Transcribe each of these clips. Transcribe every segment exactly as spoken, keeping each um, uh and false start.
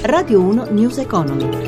Radio uno News Economy.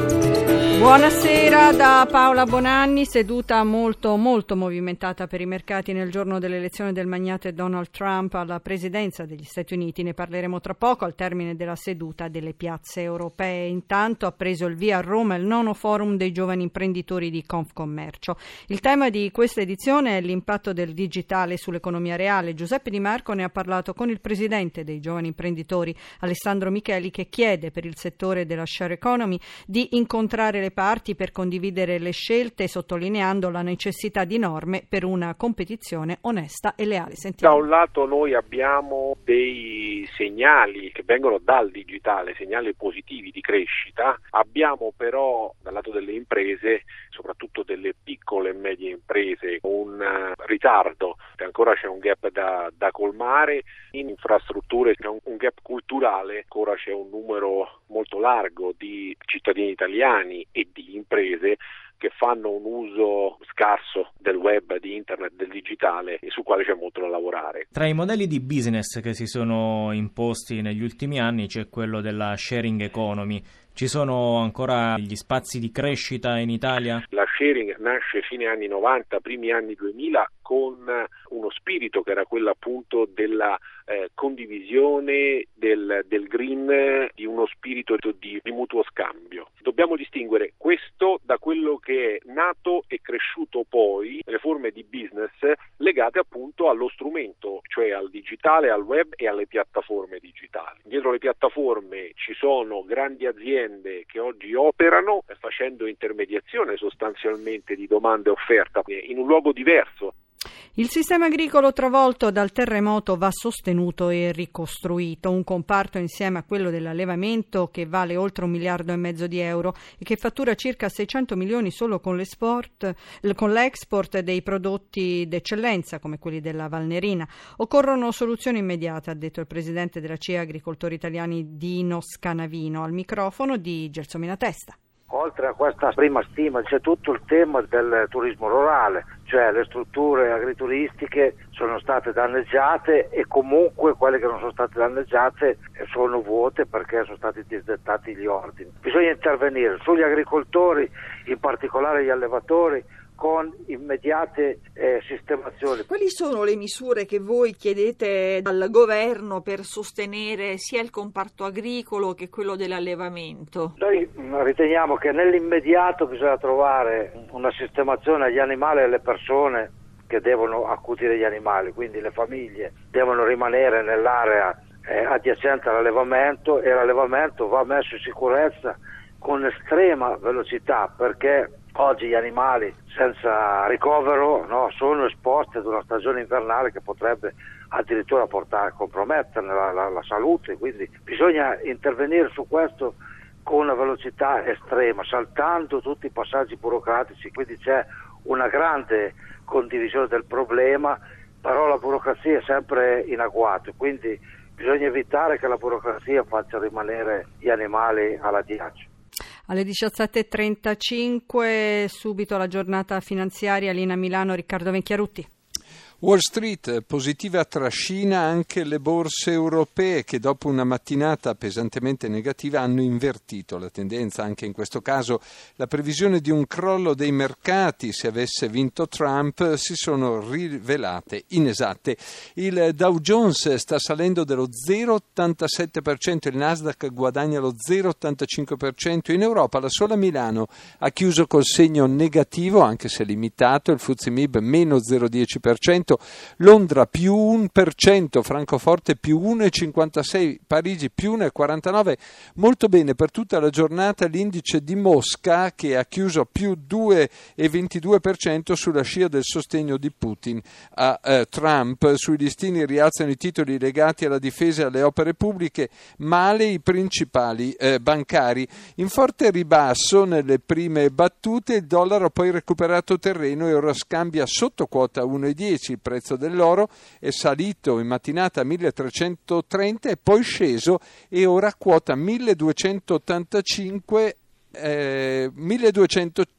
Buonasera da Paola Bonanni, seduta molto molto movimentata per i mercati nel giorno dell'elezione del magnate Donald Trump alla presidenza degli Stati Uniti. Ne parleremo tra poco al termine della seduta delle piazze europee. Intanto ha preso il via a Roma il nono forum dei giovani imprenditori di Confcommercio. Il tema di questa edizione è l'impatto del digitale sull'economia reale. Giuseppe Di Marco ne ha parlato con il presidente dei giovani imprenditori, Alessandro Micheli, che chiede per il settore della share economy di incontrare le parti per condividere le scelte, sottolineando la necessità di norme per una competizione onesta e leale. Sentiamo. Da un lato noi abbiamo dei segnali che vengono dal digitale, segnali positivi di crescita, abbiamo però dal lato delle imprese, soprattutto delle piccole e medie imprese, un ritardo, ancora c'è un gap da, da colmare, in infrastrutture c'è un, un gap culturale, ancora c'è un numero molto largo di cittadini italiani e di imprese che fanno un uso scarso del web, di internet, del digitale e su quale c'è molto da lavorare. Tra i modelli di business che si sono imposti negli ultimi anni c'è quello della sharing economy. Ci sono ancora gli spazi di crescita in Italia? La sharing nasce fine anni novanta, primi anni duemila, con uno spirito che era quello appunto della eh, condivisione del, del green, di uno spirito di, di mutuo scambio. Dobbiamo distinguere questo da quello che è nato e cresciuto poi, le forme di business legate appunto allo strumento, cioè al digitale, al web e alle piattaforme digitali. Dietro le piattaforme ci sono grandi aziende che oggi operano facendo intermediazione sostanzialmente di domanda e offerta in un luogo diverso. Il sistema agricolo travolto dal terremoto va sostenuto e ricostruito, un comparto insieme a quello dell'allevamento che vale oltre un miliardo e mezzo di euro e che fattura circa seicento milioni solo con l'esport, con l'export dei prodotti d'eccellenza come quelli della Valnerina. Occorrono soluzioni immediate, ha detto il presidente della C I A Agricoltori Italiani Dino Scanavino, al microfono di Gelsomina Testa. Oltre a questa prima stima c'è tutto il tema del turismo rurale, cioè le strutture agrituristiche sono state danneggiate e comunque quelle che non sono state danneggiate sono vuote perché sono stati disdettati gli ordini. Bisogna intervenire sugli agricoltori, in particolare gli allevatori, con immediate eh, sistemazioni. Quali sono le misure che voi chiedete al governo per sostenere sia il comparto agricolo che quello dell'allevamento? Noi riteniamo che nell'immediato bisogna trovare una sistemazione agli animali e alle persone che devono accudire gli animali, quindi le famiglie devono rimanere nell'area eh, adiacente all'allevamento e l'allevamento va messo in sicurezza con estrema velocità, perché oggi gli animali senza ricovero no, sono esposti ad una stagione invernale che potrebbe addirittura portare a comprometterne la, la, la salute, quindi bisogna intervenire su questo con una velocità estrema, saltando tutti i passaggi burocratici, quindi c'è una grande condivisione del problema, però la burocrazia è sempre in agguato, quindi bisogna evitare che la burocrazia faccia rimanere gli animali alla diacia. Alle diciassette e trentacinque, subito la giornata finanziaria, Lina Milano, Riccardo Venchiarutti. Wall Street, positiva trascina anche le borse europee che dopo una mattinata pesantemente negativa hanno invertito la tendenza, anche in questo caso la previsione di un crollo dei mercati se avesse vinto Trump si sono rivelate inesatte. Il Dow Jones sta salendo dello zero virgola ottantasette per cento, il Nasdaq guadagna lo zero virgola ottantacinque per cento, in Europa la sola Milano ha chiuso col segno negativo anche se limitato, il F T S E M I B meno zero virgola dieci per cento, Londra più uno per cento, Francoforte più uno virgola cinquantasei, Parigi più uno virgola quarantanove. Molto bene per tutta la giornata l'indice di Mosca che ha chiuso più due virgola ventidue per cento sulla scia del sostegno di Putin a eh, Trump. Sui listini rialzano i titoli legati alla difesa e alle opere pubbliche, male i principali eh, bancari. In forte ribasso nelle prime battute il dollaro ha poi recuperato terreno e ora scambia sotto quota uno virgola dieci. Il prezzo dell'oro è salito in mattinata a milletrecentotrenta e poi sceso e ora quota milleduecentottantacinque eh, milleduecento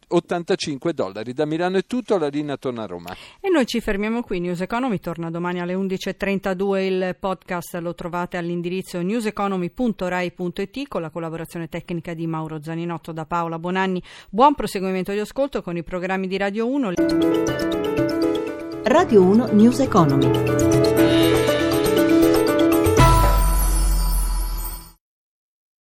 ottantacinque dollari. Da Milano è tutto, la linea torna a Roma. E noi ci fermiamo qui. News Economy torna domani alle undici e trentadue. Il podcast lo trovate all'indirizzo newseconomy punto rai punto it con la collaborazione tecnica di Mauro Zaninotto. Da Paola Bonanni, buon proseguimento di ascolto con i programmi di Radio uno. Radio uno News Economy.